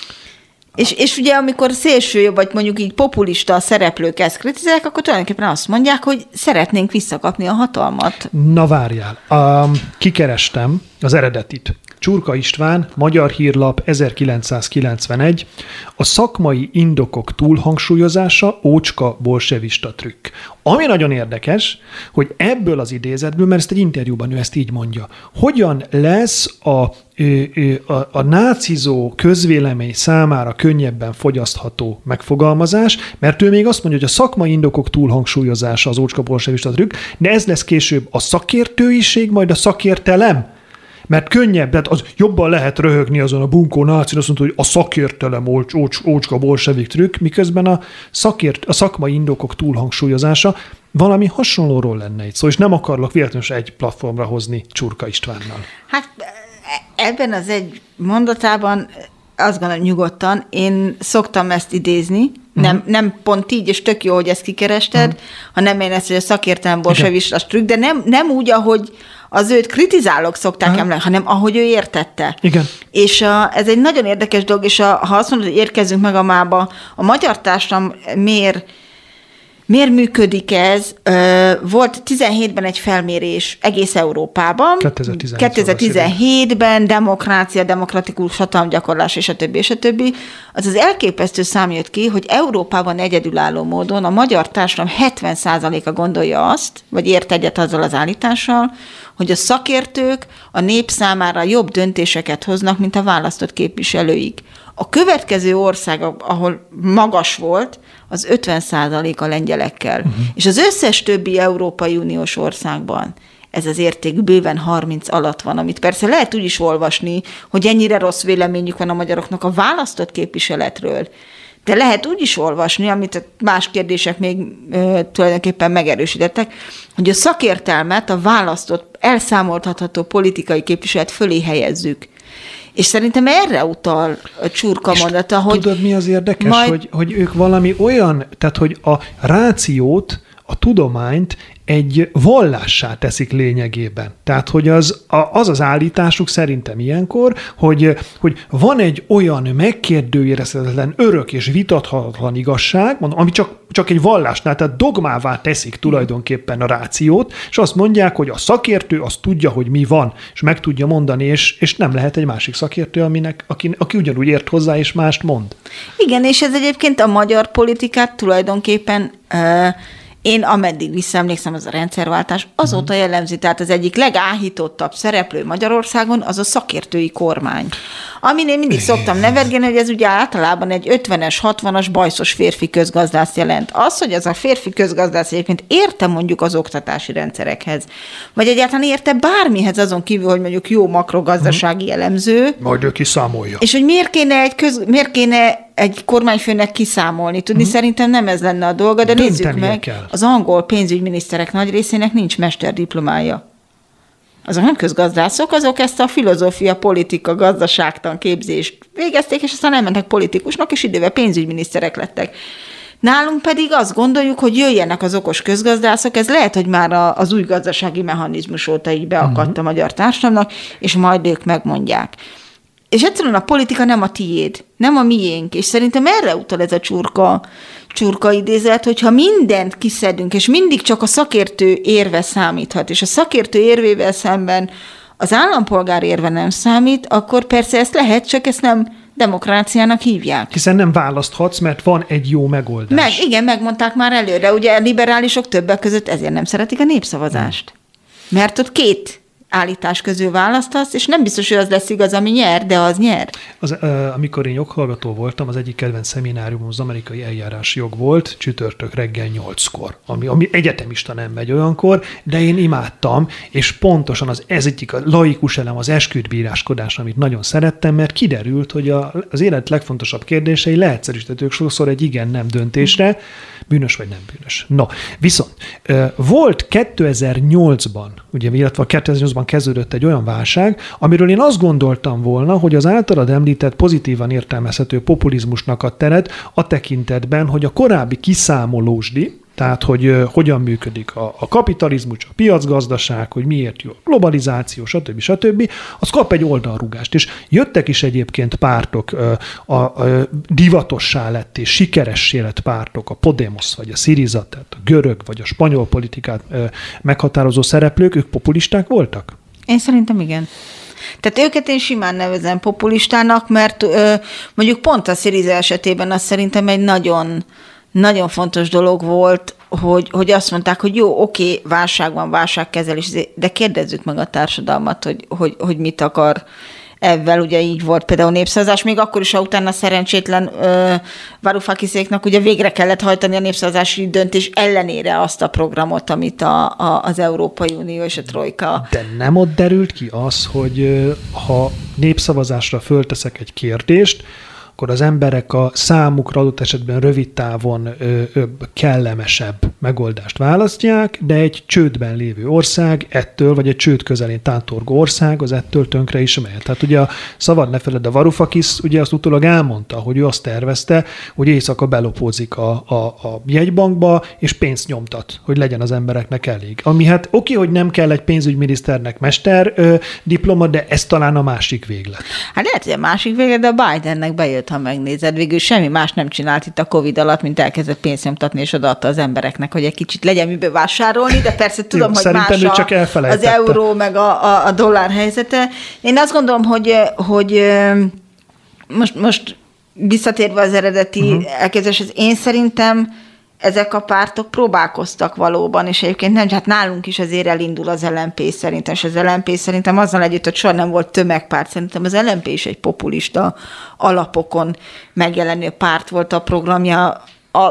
És ugye amikor szélsőjobb, vagy mondjuk így populista szereplők ezt kritizálják, akkor tulajdonképpen azt mondják, hogy szeretnénk visszakapni a hatalmat. Na várjál, kikerestem, az eredetit. Csurka István, Magyar Hírlap, 1991, a szakmai indokok túlhangsúlyozása, ócska bolsevista trükk. Ami nagyon érdekes, hogy ebből az idézetből, mert ezt egy interjúban ő ezt így mondja, hogyan lesz a nácizó közvélemény számára könnyebben fogyasztható megfogalmazás, mert ő még azt mondja, hogy a szakmai indokok túlhangsúlyozása az ócska bolsevista trükk, de ez lesz később a szakértőiség, majd a szakértelem. Mert könnyebb, tehát az jobban lehet röhögni azon a bunkó nácin, azt mondta, hogy a szakértelem ócska bolsevik trükk, miközben a szakmai indokok túlhangsúlyozása valami hasonlóról lenne itt szó, és nem akarlak véletlenül egy platformra hozni Csurka Istvánnal. Hát ebben az egy mondatában azt gondolom nyugodtan, én szoktam ezt idézni, nem pont így, és tök jó, hogy ezt kikerested, hanem én ezt, hogy a szakértelem bolsevista trükk, de nem úgy, ahogy az őt kritizálók szokták említeni, hanem ahogy ő értette. Igen. És ez egy nagyon érdekes dolog, és ha azt mondod, hogy érkezzünk meg a mába, a magyar társadalom miért működik ez? Volt 17-ben egy felmérés egész Európában. 2017-ben demokrácia, demokratikus hatalomgyakorlás, és a többi. Az elképesztő szám jött ki, hogy Európában egyedülálló módon a magyar társadalom 70%-a gondolja azt, vagy ért egyet azzal az állítással, hogy a szakértők a nép számára jobb döntéseket hoznak, mint a választott képviselőik. A következő ország, ahol magas volt, az 50% a lengyelekkel. És az összes többi Európai Uniós országban ez az érték bőven 30 alatt van, amit persze lehet úgy is olvasni, hogy ennyire rossz véleményük van a magyaroknak a választott képviseletről. De lehet úgy is olvasni, amit más kérdések még tulajdonképpen megerősítettek, hogy a szakértelmet a választott, elszámoltatható politikai képviselet fölé helyezzük. És szerintem erre utal a Csurka mondata, hogy... Tudod, mi az érdekes? Hogy ők valami olyan, tehát hogy a rációt, a tudományt egy vallássá teszik lényegében. Tehát, hogy az állításuk szerintem ilyenkor, hogy van egy olyan megkérdőjelezhetetlen, örök és vitathatatlan igazság, ami csak egy vallásnál, tehát dogmává teszik tulajdonképpen a rációt, és azt mondják, hogy a szakértő azt tudja, hogy mi van, és meg tudja mondani, és nem lehet egy másik szakértő, aki ugyanúgy ért hozzá, és mást mond. Igen, és ez egyébként a magyar politikát tulajdonképpen... Én ameddig visszaemlékszem, az a rendszerváltás azóta jellemzi, tehát az egyik legáhítottabb szereplő Magyarországon az a szakértői kormány. Amin én mindig szoktam nevergélni, hogy ez ugye általában egy 50-es, 60-as bajszos férfi közgazdász jelent. Az, hogy az a férfi közgazdász egyébként érte mondjuk az oktatási rendszerekhez, vagy egyáltalán érte bármihez azon kívül, hogy mondjuk jó makrogazdasági elemző. Majd ő kiszámolja. És hogy miért kéne egy kormányfőnek kiszámolni. Tudni, szerintem nem ez lenne a dolga, de nézzük meg, kell. Az angol pénzügyminiszterek nagy részének nincs mesterdiplomája. Azok nem közgazdászok, azok ezt a filozófia, politika, gazdaságtan képzést végezték, és aztán elmentek politikusnak, és idővel pénzügyminiszterek lettek. Nálunk pedig azt gondoljuk, hogy jöjjenek az okos közgazdászok, ez lehet, hogy már az új gazdasági mechanizmus óta így beakadt a magyar társadalomnak, és majd ők megmondják. És egyszerűen a politika nem a tiéd, nem a miénk, és szerintem erre utal ez a csurka idézet, hogyha mindent kiszedünk, és mindig csak a szakértő érve számíthat, és a szakértő érvével szemben az állampolgár érve nem számít, akkor persze ezt lehet, csak ezt nem demokráciának hívják. Hiszen nem választhatsz, mert van egy jó megoldás. Igen, megmondták már előre. Ugye a liberálisok többek között ezért nem szeretik a népszavazást. Mert ott két állítás közül választasz, és nem biztos, hogy az lesz igaz, ami nyer, de az nyer. Amikor én joghallgató voltam, az egyik kedvenc szeminárium az amerikai eljárási jog volt, csütörtök reggel 8-kor, ami egyetemista nem megy olyankor, de én imádtam, és pontosan ez egyik a laikus elem, az esküdtbíráskodás, amit nagyon szerettem, mert kiderült, hogy az élet legfontosabb kérdései leegyszerűsíthetők sokszor egy igen-nem döntésre, bűnös vagy nem bűnös. No, viszont volt 2008-ban, ugye, illetve 2008-ban kezdődött egy olyan válság, amiről én azt gondoltam volna, hogy az általad említett pozitívan értelmezhető populizmusnak ad teret a tekintetben, hogy a korábbi kiszámolósdi, tehát hogy hogyan működik a kapitalizmus, a piacgazdaság, hogy miért jó a globalizáció, stb. Az kap egy oldalrúgást. És jöttek is egyébként pártok, divatossá lett és sikeressé lett pártok, a Podemos vagy a Syriza, tehát a görög vagy a spanyol politikát meghatározó szereplők, ők populisták voltak? Én szerintem igen. Tehát őket én simán nevezem populistának, mert mondjuk pont a Syriza esetében az szerintem egy nagyon, nagyon fontos dolog volt, hogy azt mondták, hogy jó, oké, válság van, válságkezelés, de kérdezzük meg a társadalmat, hogy mit akar ebben. Ugye így volt például népszavazás, még akkor is, ha utána szerencsétlen Varoufakisnak ugye végre kellett hajtani a népszavazási döntés ellenére azt a programot, amit az Európai Unió és a Trojka. De nem ott derült ki az, hogy ha népszavazásra fölteszek egy kérdést, akkor az emberek a számukra adott esetben rövid távon kellemesebb megoldást választják, de egy csődben lévő ország ettől, vagy egy csőd közelén tántorgó ország az ettől tönkre is mehet. Tehát ugye szabad ne feled, a Varoufakis ugye azt utólag elmondta, hogy ő azt tervezte, hogy éjszaka belopózik a jegybankba, és pénzt nyomtat, hogy legyen az embereknek elég. Ami hát oké, hogy nem kell egy pénzügyminiszternek mester diploma, de ez talán a másik véglet. Hát lehet, hogy a másik véglet, de a Bidennek bejött, ha megnézed, végül semmi más nem csinált itt a Covid alatt, mint elkezdett pénzt nyomtatni, és odaadta az embereknek, hogy egy kicsit legyen miből vásárolni, de persze tudom, jó, hogy más csak az euró, meg a dollár helyzete. Én azt gondolom, hogy most visszatérve az eredeti elképzeléshez, én szerintem ezek a pártok próbálkoztak valóban, és egyébként nem, hát nálunk is azért elindul az LMP szerintem, és az LMP szerintem azzal együtt, hogy soha nem volt tömegpárt, szerintem az LMP is egy populista alapokon megjelenő párt volt, a programja,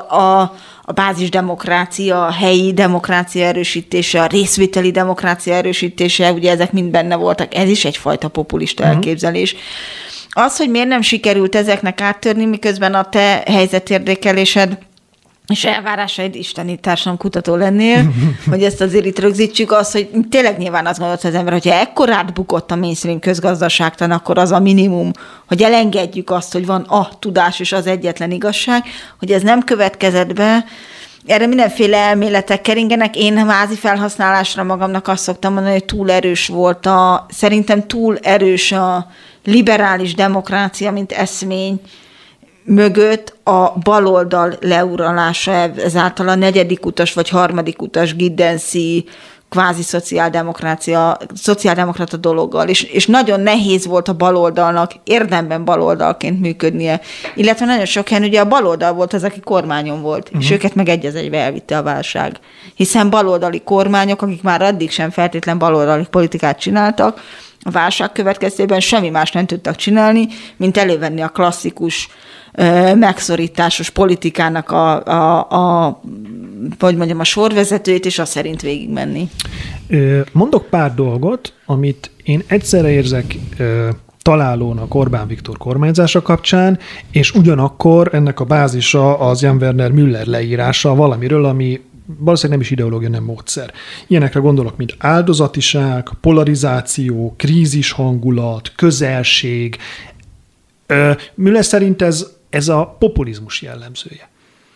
a bázisdemokrácia, a helyi demokrácia erősítése, a részvételi demokrácia erősítése, ugye ezek mind benne voltak, ez is egyfajta populista elképzelés. Az, hogy miért nem sikerült ezeknek áttörni, miközben a te helyzetértékelésed és elvárásaid, isteni társadalomkutató lennél, hogy ezt azért itt rögzítsük, az, hogy tényleg nyilván azt gondolt az ember, hogyha ekkorát bukott a mainstream közgazdaságtan, akkor az a minimum, hogy elengedjük azt, hogy van a tudás és az egyetlen igazság, hogy ez nem következett be. Erre mindenféle elméletek keringenek. Én házi felhasználásra magamnak azt szoktam mondani, hogy túl erős volt szerintem túl erős a liberális demokrácia, mint eszmény mögött a baloldal leuralása, ezáltal a negyedik utas vagy harmadik utas Giddensy kvázi szociáldemokrata dologgal, és nagyon nehéz volt a baloldalnak érdemben baloldalként működnie, illetve nagyon sok helyen ugye a baloldal volt az, aki kormányon volt, és őket meg egy az egybe elvitte a válság. Hiszen baloldali kormányok, akik már addig sem feltétlen baloldali politikát csináltak, a válság következtében semmi más nem tudtak csinálni, mint elővenni a klasszikus megszorításos politikának a sorvezetőjét, és azt szerint végigmenni. Mondok pár dolgot, amit én egyszerre érzek találónak Orbán Viktor kormányzása kapcsán, és ugyanakkor ennek a bázisa az Jan Werner Müller leírása valamiről, ami valószínűleg nem is ideológia, nem módszer. Ilyenekre gondolok, mint áldozatiság, polarizáció, krízis hangulat, közelség. Müller szerint ez a populizmus jellemzője.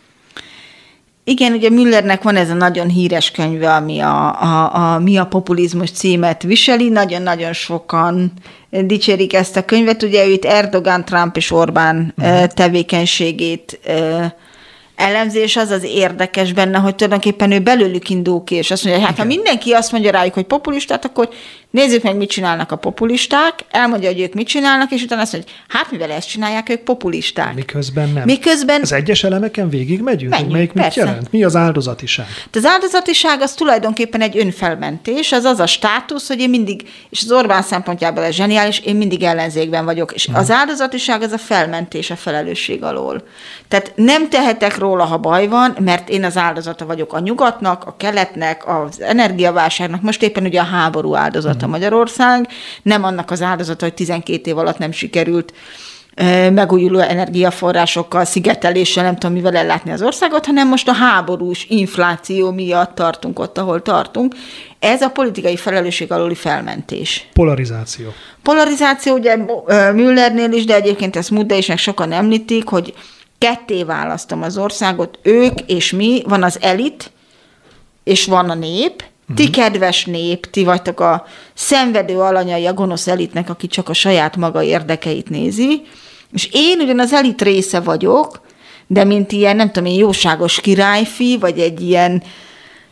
Igen, ugye Müllernek van ez a nagyon híres könyve, ami Mi a populizmus címet viseli. Nagyon-nagyon sokan dicsérik ezt a könyvet. Ugye ő itt Erdogan, Trump és Orbán tevékenységét elemzi, és az érdekes benne, hogy tulajdonképpen ő belőlük indul ki, és azt mondja, hogy hát ha mindenki azt mondja rájuk, hogy populistát, akkor nézzük meg, mit csinálnak a populisták, elmondja, hogy ők mit csinálnak, és utána azt mondja, hogy hát mivel ezt csinálják, ők populisták. Miközben nem. Miközben... Az egyes elemeken végig megyünk, hogy melyik mit jelent? Mi az áldozatiság? De az áldozatiság az tulajdonképpen egy önfelmentés, az a státusz, hogy én mindig, és az Orbán szempontjából ez zseniális, én mindig ellenzékben vagyok, és az áldozatiság az a felmentés a felelősség alól. Tehát nem tehetek róla, ha baj van, mert én az áldozata vagyok a nyugatnak, a keletnek, az energiaválságnak, most éppen ugye a háború áldozata Magyarország, nem annak az áldozata, hogy 12 év alatt nem sikerült megújuló energiaforrásokkal, szigeteléssel, nem tudom mivel ellátni az országot, hanem most a háborús infláció miatt tartunk ott, ahol tartunk. Ez a politikai felelősség alóli felmentés. Polarizáció. Polarizáció ugye Müllernél is, de egyébként ezt Mude is meg sokan említik, hogy ketté választom az országot, ők és mi, van az elit, és van a nép. Ti, kedves nép, ti vagytok a szenvedő alanyai a gonosz elitnek, aki csak a saját maga érdekeit nézi, és én ugyan az elit része vagyok, de mint ilyen, nem tudom én, jóságos királyfi, vagy egy ilyen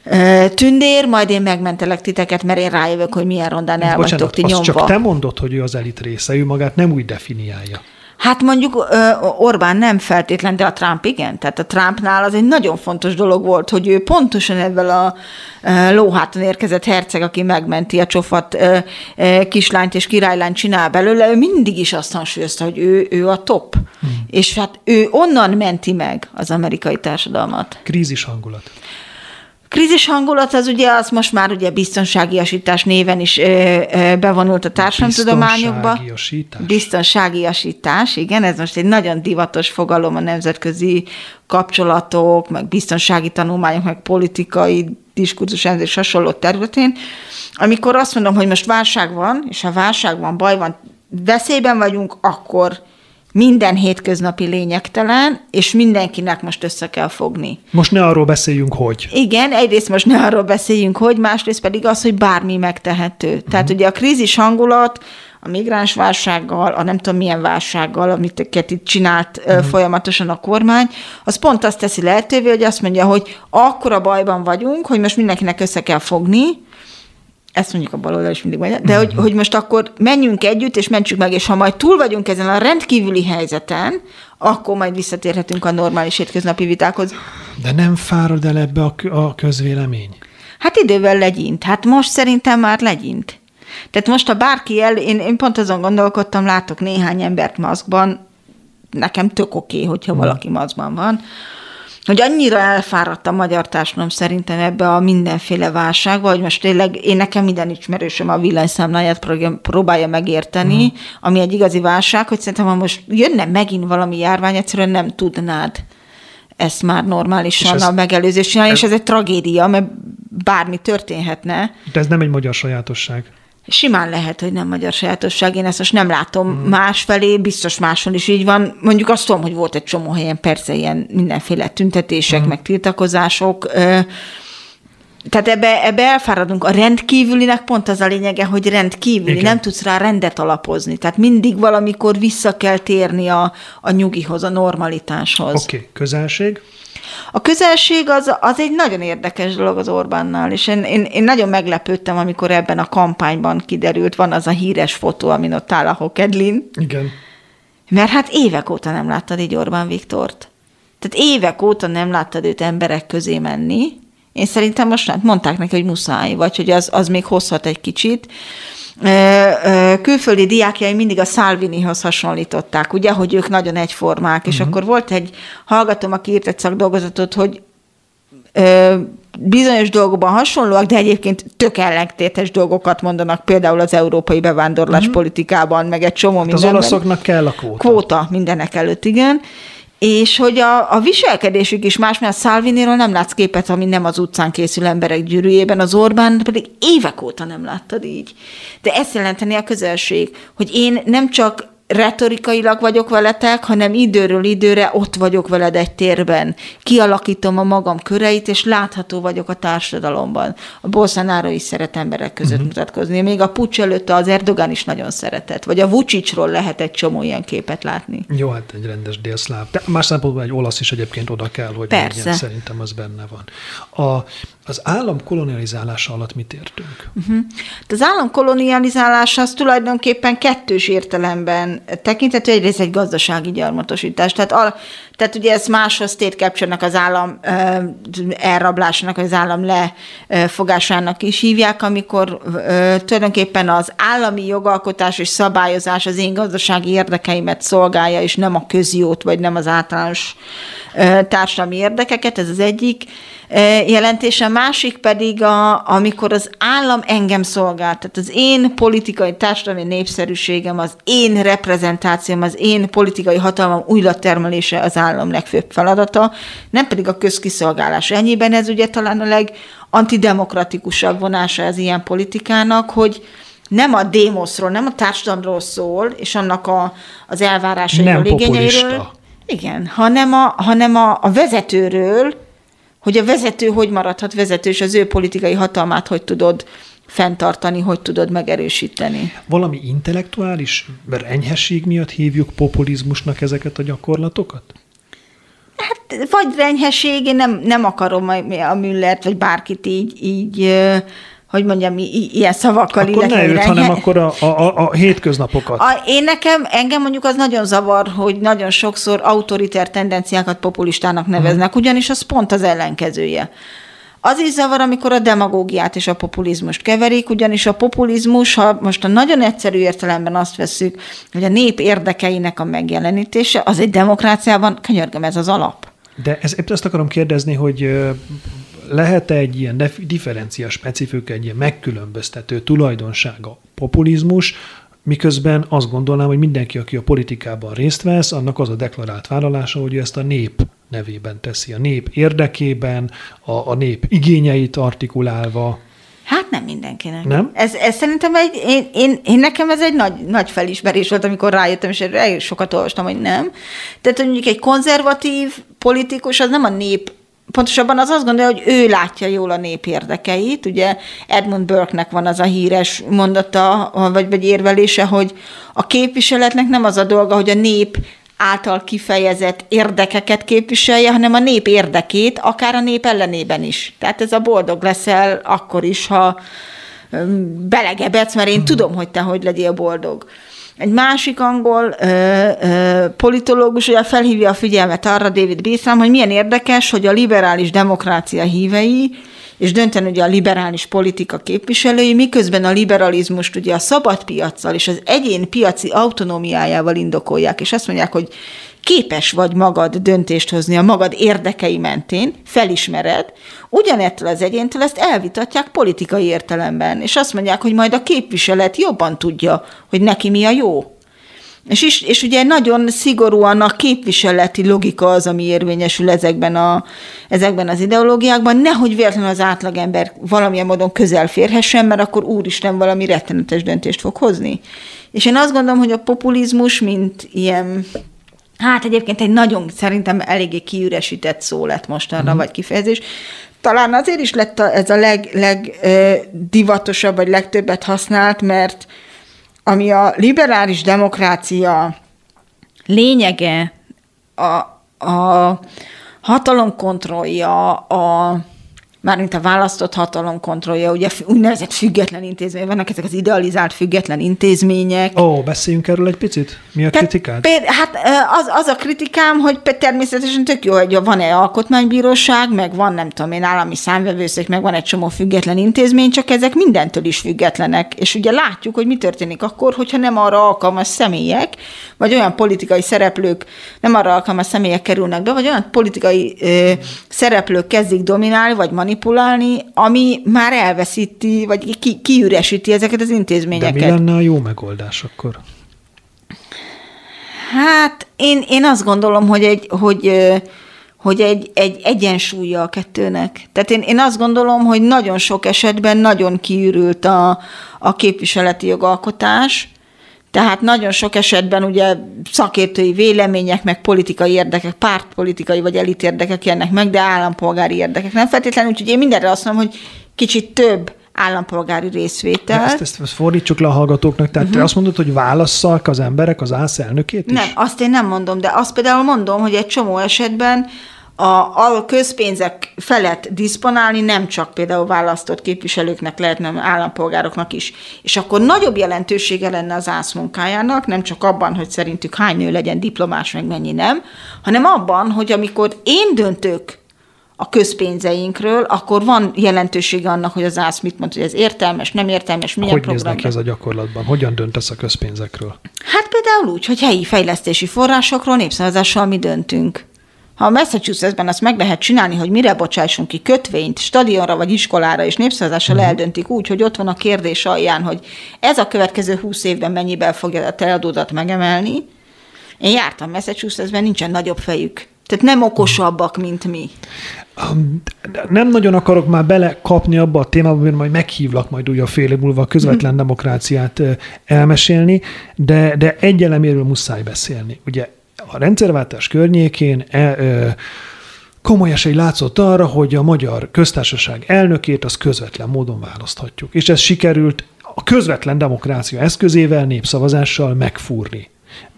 tündér, majd én megmentelek titeket, mert én rájövök, hogy milyen rondán el vagytok ti nyomva. Csak te mondod, hogy ő az elit része, ő magát nem úgy definiálja. Hát mondjuk Orbán nem feltétlen, de a Trump igen. Tehát a Trumpnál az egy nagyon fontos dolog volt, hogy ő pontosan ebből a lóháton érkezett herceg, aki megmenti a csofat kislányt és királylányt csinál belőle, ő mindig is azt hangsúlyozta, hogy ő a top. És hát ő onnan menti meg az amerikai társadalmat. Krízis hangulat. Krízis hangulat az ugye, az most már ugye biztonságiasítás néven is bevonult a társadalomtudományokba. Biztonságiasítás, igen, ez most egy nagyon divatos fogalom a nemzetközi kapcsolatok, meg biztonsági tanulmányok, meg politikai diskurzus és hasonló területén. Amikor azt mondom, hogy most válság van, és ha válság van, baj van, veszélyben vagyunk, akkor minden hétköznapi lényegtelen, és mindenkinek most össze kell fogni. Most ne arról beszéljünk, hogy. Igen, egyrészt most ne arról beszéljünk, hogy, másrészt pedig az, hogy bármi megtehető. Tehát ugye a krízis hangulat a migránsválsággal, a nem tudom milyen válsággal, amit itt csinált folyamatosan a kormány, az pont azt teszi lehetővé, hogy azt mondja, hogy akkora bajban vagyunk, hogy most mindenkinek össze kell fogni, ezt mondjuk a baloldal is mindig mondja, de hogy most akkor menjünk együtt, és mentsük meg, és ha majd túl vagyunk ezen a rendkívüli helyzeten, akkor majd visszatérhetünk a normális hétköznapi vitákhoz. De nem fárad el ebbe a közvélemény? Hát idővel legyint. Hát most szerintem már legyint. Tehát most, ha bárki én pont azon gondolkodtam, látok néhány embert maszkban, nekem tök oké, hogyha valaki maszkban van, hogy annyira elfáradt a magyar társadalom szerintem ebbe a mindenféle válságba, hogy most tényleg nekem minden ismerősöm a villanyszámláját próbálja megérteni, ami egy igazi válság, hogy szerintem, ha most jönne megint valami járvány, egyszerűen nem tudnád ezt már normálisan a megelőzést csinálni, és ez egy tragédia, mert bármi történhetne. De ez nem egy magyar sajátosság. Simán lehet, hogy nem magyar sajátosság, én ezt most nem látom másfelé, biztos máshol is így van. Mondjuk azt tudom, hogy volt egy csomó helyen persze ilyen mindenféle tüntetések, meg tiltakozások. Tehát ebbe elfáradunk. A rendkívülinek pont az a lényege, hogy rendkívüli, igen. Nem tudsz rá rendet alapozni. Tehát mindig valamikor vissza kell térni a nyugihoz, a normalitáshoz. Oké, közelség? A közelség az egy nagyon érdekes dolog az Orbánnal, és én nagyon meglepődtem, amikor ebben a kampányban kiderült, van az a híres fotó, amin ott áll a Hokedlin. Igen. Mert hát évek óta nem láttad így Orbán Viktort. Tehát évek óta nem láttad őt emberek közé menni. Én szerintem most mondták neki, hogy muszáj, vagy hogy az még hozhat egy kicsit. Külföldi diákjai mindig a Salvinihoz hasonlították, ugye, hogy ők nagyon egyformák, és akkor volt egy hallgatóm, aki írt egy szakdolgozatot, hogy bizonyos dolgokban hasonlóak, de egyébként tök ellentétes dolgokat mondanak, például az európai bevándorlás politikában, meg egy csomó mindenben. Az olaszoknak kell a kvóta. Kvóta mindenek előtt, igen. És hogy a viselkedésük is más, mert a Salviniról nem látsz képet, ami nem az utcán készül emberek gyűrűjében, az Orbán pedig évek óta nem láttad így. De ezt jelenteni a közelség, hogy én nem csak retorikailag vagyok veletek, hanem időről időre ott vagyok veled egy térben. Kialakítom a magam köreit, és látható vagyok a társadalomban. A Bolsonaro is szeret emberek között mutatkozni. Még a puccs előtt az Erdogan is nagyon szeretett. Vagy a Vučićról lehet egy csomó ilyen képet látni. Jó, hát egy rendes délszláv. De más szempontból egy olasz is egyébként oda kell, hogy legyen. Szerintem az benne van. Az állam kolonializálása alatt mit értünk? Az állam kolonializálása az tulajdonképpen kettős értelemben tekintető, egyrészt egy gazdasági gyarmatosítás. Tehát ugye ezt máshoz state capture-nek, az állam elrablásának, vagy az állam lefogásának is hívják, amikor tulajdonképpen az állami jogalkotás és szabályozás az én gazdasági érdekeimet szolgálja, és nem a közjót, vagy nem az általános társadalmi érdekeket, ez az egyik jelentése, másik pedig, amikor az állam engem szolgál, tehát az én politikai társadalmi népszerűségem, az én reprezentációm, az én politikai hatalmam újratermelése az állam legfőbb feladata, nem pedig a közkiszolgálás. Ennyiben ez ugye talán a legantidemokratikusabb vonása az ilyen politikának, hogy nem a démoszról, nem a társadalomról szól, és annak az elvárásairól, igényeiről. Igen, hanem a vezetőről, hogy a vezető hogy maradhat vezető, és az ő politikai hatalmát hogy tudod fenntartani, hogy tudod megerősíteni. Valami intellektuális, mert enyhesség miatt hívjuk populizmusnak ezeket a gyakorlatokat? Hát vagy renyhesség, én nem akarom a Müllert, vagy bárkit így hogy mondjam, ilyen szavakkal akkor ne őt, hanem akkor a hétköznapokat. Engem mondjuk az nagyon zavar, hogy nagyon sokszor autoriter tendenciákat populistának neveznek, ugyanis az pont az ellenkezője. Az is zavar, amikor a demagógiát és a populizmust keverik, ugyanis a populizmus, ha most a nagyon egyszerű értelemben azt vesszük, hogy a nép érdekeinek a megjelenítése, az egy demokráciában, könyörgöm, ez az alap. De épp azt akarom kérdezni, hogy lehet-e egy ilyen differencia specifika, egy ilyen megkülönböztető tulajdonsága a populizmus, miközben azt gondolnám, hogy mindenki, aki a politikában részt vesz, annak az a deklarált vállalása, hogy ő ezt a nép nevében teszi, a nép érdekében, a nép igényeit artikulálva. Hát nem mindenkinek. Nem? Ez szerintem nekem ez egy nagy felismerés volt, amikor rájöttem, és erről sokat olvastam, hogy nem. Tehát, hogy mondjuk egy konzervatív politikus, az nem a nép, pontosabban az azt gondolja, hogy ő látja jól a nép érdekeit. Ugye Edmund Burke-nek van az a híres mondata, vagy érvelése, hogy a képviseletnek nem az a dolga, hogy a nép által kifejezett érdekeket képviselje, hanem a nép érdekét, akár a nép ellenében is. Tehát ez a boldog leszel akkor is, ha belegebedsz, mert én tudom, hogy te hogy legyél boldog. Egy másik angol politológus ugye felhívja a figyelmet arra, David Beatham, hogy milyen érdekes, hogy a liberális demokrácia hívei, és döntően ugye a liberális politika képviselői, miközben a liberalizmust ugye a szabad piaccal és az egyén piaci autonómiájával indokolják, és azt mondják, hogy képes vagy magad döntést hozni a magad érdekei mentén, felismered, ugyanettől az egyéntől ezt elvitatják politikai értelemben, és azt mondják, hogy majd a képviselet jobban tudja, hogy neki mi a jó. És ugye nagyon szigorúan a képviseleti logika az, ami érvényesül ezekben az ideológiákban, nehogy véletlenül az átlagember valamilyen módon közel férhessen, mert akkor úristen valami rettenetes döntést fog hozni. És én azt gondolom, hogy a populizmus, mint ilyen, hát egyébként egy nagyon szerintem eléggé kiüresített szó lett mostanra, vagy kifejezés, talán azért is lett ez a legdivatosabb, vagy legtöbbet használt, mert ami a liberális demokrácia lényege, a hatalomkontrollja, mármint a választott hatalomkontrollja, ugye úgynevezett független intézmények, vannak ezek az idealizált független intézmények. Beszéljünk erről egy picit. Mi a kritikád? Hát az a kritikám, hogy természetesen tök jó, hogy van-e alkotmánybíróság, meg van, nem tudom én, állami számvevőszék, meg van egy csomó független intézmény, csak ezek mindentől is függetlenek. És ugye látjuk, hogy mi történik akkor, hogyha nem arra alkalmas személyek, vagy olyan politikai szereplők, nem arra alkalmas személyek kerülnek be, vagy olyan politikai szereplők kezdik dominálni, vagy manipulálni, ami már elveszíti, vagy kiüresíti ezeket az intézményeket. De mi lenne a jó megoldás akkor? Hát én azt gondolom, hogy egy egyensúlya a kettőnek. Tehát én azt gondolom, hogy nagyon sok esetben nagyon kiürült a képviseleti jogalkotás, tehát nagyon sok esetben ugye szakértői vélemények, meg politikai érdekek, pártpolitikai vagy elitérdekek jönnek meg, de állampolgári érdekek. Nem feltétlenül, úgyhogy én mindenre azt mondom, hogy kicsit több állampolgári részvétel. Ezt fordítsuk le a hallgatóknak, tehát te azt mondod, hogy válasszak az emberek az ÁSZ elnökét is? Nem, azt én nem mondom, de azt például mondom, hogy egy csomó esetben a közpénzek felett diszponálni nem csak például választott képviselőknek lehet, hanem állampolgároknak is. És akkor nagyobb jelentősége lenne az ÁSZ munkájának, nem csak abban, hogy szerintük hány nő legyen diplomás, meg mennyi nem, hanem abban, hogy amikor én döntök a közpénzeinkről, akkor van jelentősége annak, hogy az ÁSZ mit mond, hogy ez értelmes, nem értelmes, milyen program. Hogy néz neki ez a gyakorlatban? Hogyan döntesz a közpénzekről? Hát például úgy, hogy helyi fejlesztési forrásokról népszavazással mi döntünk. Ha a Massachusettsben azt meg lehet csinálni, hogy mire bocsássunk ki kötvényt, stadionra vagy iskolára, és népszavazással eldöntik úgy, hogy ott van a kérdés alján, hogy ez a következő 20 évben mennyiben fogja a te adódat megemelni. Én jártam Massachusettsben, nincsen nagyobb fejük. Tehát nem okosabbak, mint mi. Nem nagyon akarok már belekapni abba a témába, mert majd meghívlak majd úgy a fél év múlva a közvetlen demokráciát elmesélni, de egy eleméről muszáj beszélni. Ugye a rendszerváltás környékén komoly esély látszott arra, hogy a magyar köztársaság elnökét az közvetlen módon választhatjuk. És ez sikerült a közvetlen demokrácia eszközével, népszavazással megfúrni.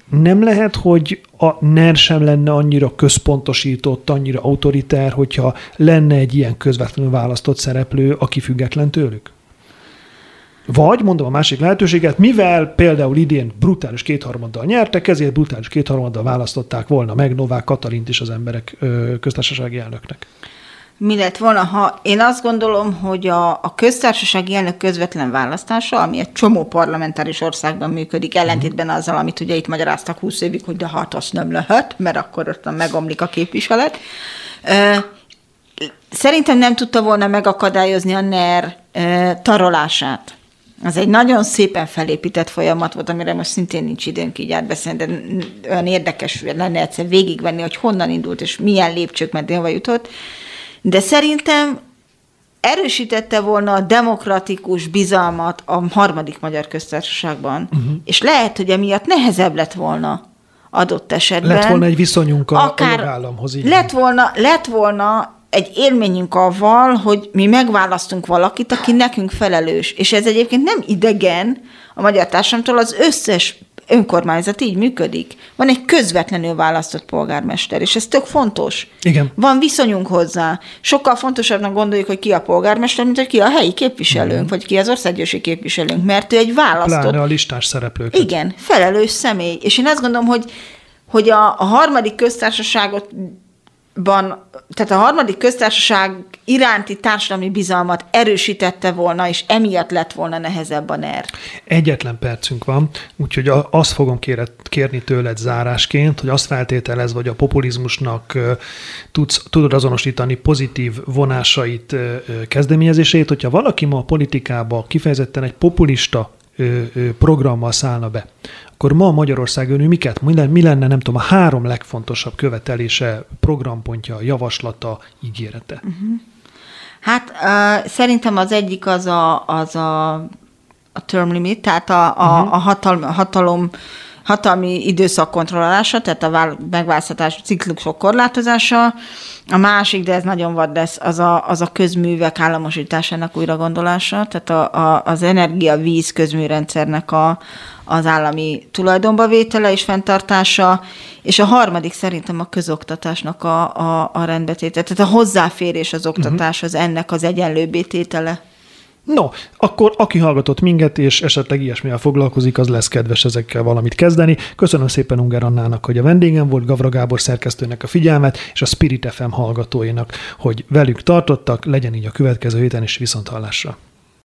nem lehet, hogy a NER sem lenne annyira központosított, annyira autoritár, hogyha lenne egy ilyen közvetlenül választott szereplő, aki független tőlük? Vagy, mondom a másik lehetőséget, mivel például idén brutális kétharmaddal nyertek, ezért brutális kétharmaddal választották volna meg Novák Katalint is az emberek köztársasági elnöknek. Mi lett volna, ha én azt gondolom, hogy a köztársasági elnök közvetlen választása, ami egy csomó parlamentáris országban működik, ellentétben azzal, amit ugye itt magyaráztak 20 évig, hogy de hát azt nem lehet, mert akkor ott megomlik a képviselet. Szerintem nem tudta volna megakadályozni a NER tarolását. Az egy nagyon szépen felépített folyamat volt, amire most szintén nincs időnk így átbeszélni, de olyan érdekes lenne egyszer végigvenni, hogy honnan indult, és milyen lépcsők mentén hova jutott. De szerintem erősítette volna a demokratikus bizalmat a harmadik magyar köztársaságban, és lehet, hogy emiatt nehezebb lett volna adott esetben. Lett volna egy viszonyunk a jogállamhoz. Lett volna egy élményünk avval, hogy mi megválasztunk valakit, aki nekünk felelős. És ez egyébként nem idegen a magyar társadalomtól, az összes önkormányzat így működik. Van egy közvetlenül választott polgármester, és ez tök fontos. Igen. Van viszonyunk hozzá. Sokkal fontosabbnak gondoljuk, hogy ki a polgármester, mint hogy ki a helyi képviselőnk, vagy ki az országgyűlési képviselőnk, mert ő egy választott... Pláne a listás szereplőket. Igen, felelős személy. És én azt gondolom, hogy a harmadik tehát a harmadik köztársaság iránti társadalmi bizalmat erősítette volna, és emiatt lett volna nehezebb a NER. Egyetlen percünk van, úgyhogy azt fogom kérni tőled zárásként, hogy azt feltételezve, hogy a populizmusnak tudod azonosítani pozitív vonásait, kezdeményezéseit, hogyha valaki ma a politikába kifejezetten egy populista programmal szállna be, akkor ma Magyarországon mi lenne, nem tudom, a 3 legfontosabb követelése, programpontja, javaslata, ígérete? Hát szerintem az egyik az a term limit, tehát a hatalmi időszak kontrollálása, tehát a megválasztási ciklusok korlátozása. A másik, de ez nagyon vad lesz, az a közművek államosításának újragondolása, tehát az energia-víz közműrendszernek az állami tulajdonba vétele és fenntartása, és a harmadik szerintem a közoktatásnak a rendbetétele, tehát a hozzáférés az oktatáshoz, ennek az egyenlőbbé tétele. No, akkor aki hallgatott minket, és esetleg ilyesmivel foglalkozik, az lesz kedves ezekkel valamit kezdeni. Köszönöm szépen Ungár Annának, hogy a vendégem volt, Gavra Gábor szerkesztőnek a figyelmet, és a Spirit FM hallgatóinak, hogy velük tartottak, legyen így a következő héten is, viszonthallásra.